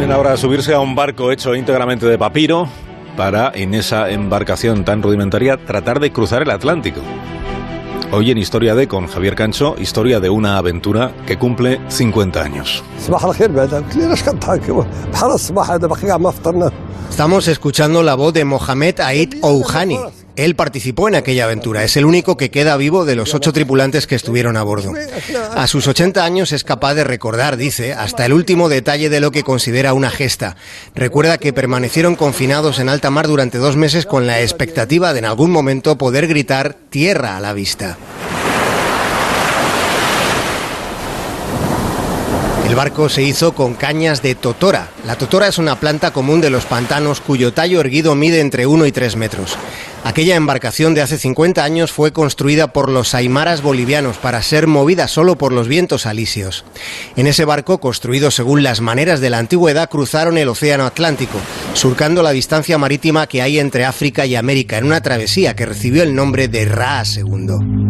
Proponen ahora subirse a un barco hecho íntegramente de papiro para, en esa embarcación tan rudimentaria, tratar de cruzar el Atlántico. Hoy en Historia de, con Javier Cancho, historia de una aventura que cumple 50 años. Estamos escuchando la voz de Mohamed Aid Ouhani. Él participó en aquella aventura. Es el único que queda vivo de los 8 tripulantes que estuvieron a bordo. A sus 80 años es capaz de recordar, dice, hasta el último detalle de lo que considera una gesta. Recuerda que permanecieron confinados en alta mar durante 2 meses con la expectativa de en algún momento poder gritar tierra a la vista. El barco se hizo con cañas de totora. La totora es una planta común de los pantanos cuyo tallo erguido mide entre 1 y 3 metros. Aquella embarcación de hace 50 años fue construida por los aymaras bolivianos para ser movida solo por los vientos alisios. En ese barco, construido según las maneras de la antigüedad, cruzaron el océano Atlántico, surcando la distancia marítima que hay entre África y América en una travesía que recibió el nombre de Ra II.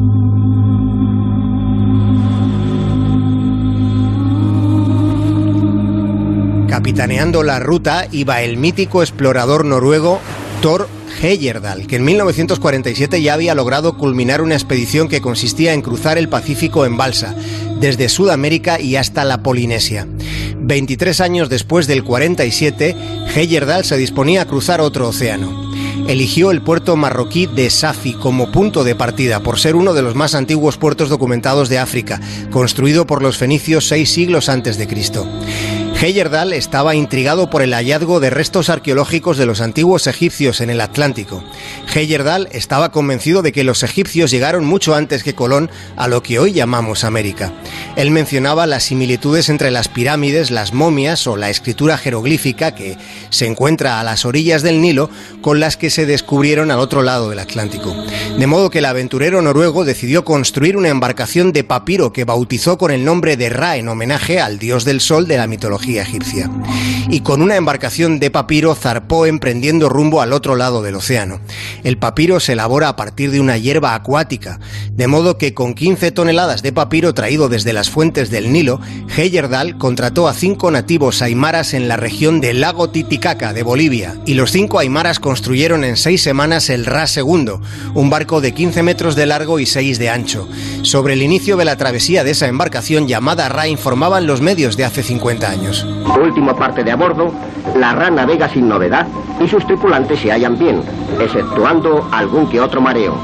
Capitaneando la ruta iba el mítico explorador noruego Thor Heyerdahl, que en 1947 ya había logrado culminar una expedición que consistía en cruzar el Pacífico en balsa, desde Sudamérica y hasta la Polinesia. 23 años después del 47, Heyerdahl se disponía a cruzar otro océano. Eligió el puerto marroquí de Safi como punto de partida, por ser uno de los más antiguos puertos documentados de África, construido por los fenicios 6 siglos antes de Cristo. Heyerdahl estaba intrigado por el hallazgo de restos arqueológicos de los antiguos egipcios en el Atlántico. Heyerdahl estaba convencido de que los egipcios llegaron mucho antes que Colón a lo que hoy llamamos América. Él mencionaba las similitudes entre las pirámides, las momias o la escritura jeroglífica que se encuentra a las orillas del Nilo con las que se descubrieron al otro lado del Atlántico. De modo que el aventurero noruego decidió construir una embarcación de papiro que bautizó con el nombre de Ra en homenaje al dios del sol de la mitología egipcia. Y con una embarcación de papiro zarpó emprendiendo rumbo al otro lado del océano. El papiro se elabora a partir de una hierba acuática, de modo que con 15 toneladas de papiro traído desde las fuentes del Nilo, Heyerdahl contrató a 5 nativos aymaras en la región del lago Titicaca de Bolivia, y los 5 aymaras construyeron en 6 semanas el Ra II, un barco de 15 metros de largo y 6 de ancho. Sobre el inicio de la travesía de esa embarcación llamada Ra informaban los medios de hace 50 años. Última parte de a bordo, la Ra navega sin novedad y sus tripulantes se hallan bien, exceptuando algún que otro mareo.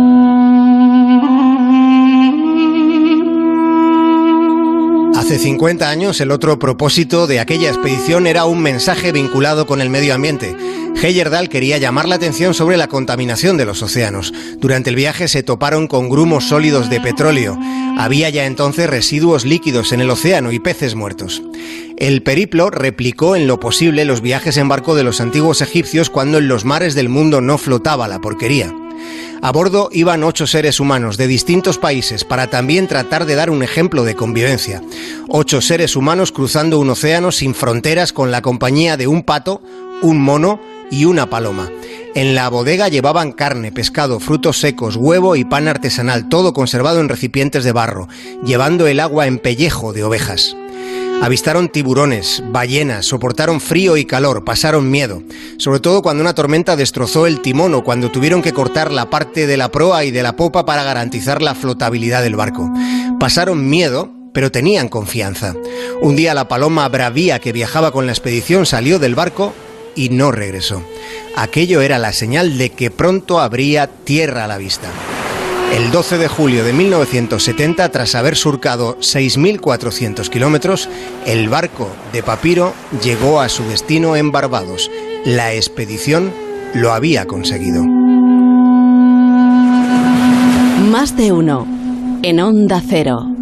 Hace 50 años, el otro propósito de aquella expedición era un mensaje vinculado con el medio ambiente. Heyerdahl quería llamar la atención sobre la contaminación de los océanos. Durante el viaje se toparon con grumos sólidos de petróleo. Había ya entonces residuos líquidos en el océano y peces muertos. El periplo replicó en lo posible los viajes en barco de los antiguos egipcios cuando en los mares del mundo no flotaba la porquería. A bordo iban 8 seres humanos de distintos países para también tratar de dar un ejemplo de convivencia. 8 seres humanos cruzando un océano sin fronteras con la compañía de un pato, un mono y una paloma. En la bodega llevaban carne, pescado, frutos secos, huevo y pan artesanal, todo conservado en recipientes de barro, llevando el agua en pellejo de ovejas. Avistaron tiburones, ballenas, soportaron frío y calor, pasaron miedo, sobre todo cuando una tormenta destrozó el timón o cuando tuvieron que cortar la parte de la proa y de la popa para garantizar la flotabilidad del barco. Pasaron miedo, pero tenían confianza. Un día la paloma bravía que viajaba con la expedición salió del barco y no regresó. Aquello era la señal de que pronto habría tierra a la vista. El 12 de julio de 1970, tras haber surcado 6.400 kilómetros, el barco de papiro llegó a su destino en Barbados. La expedición lo había conseguido. Más de uno en Onda Cero.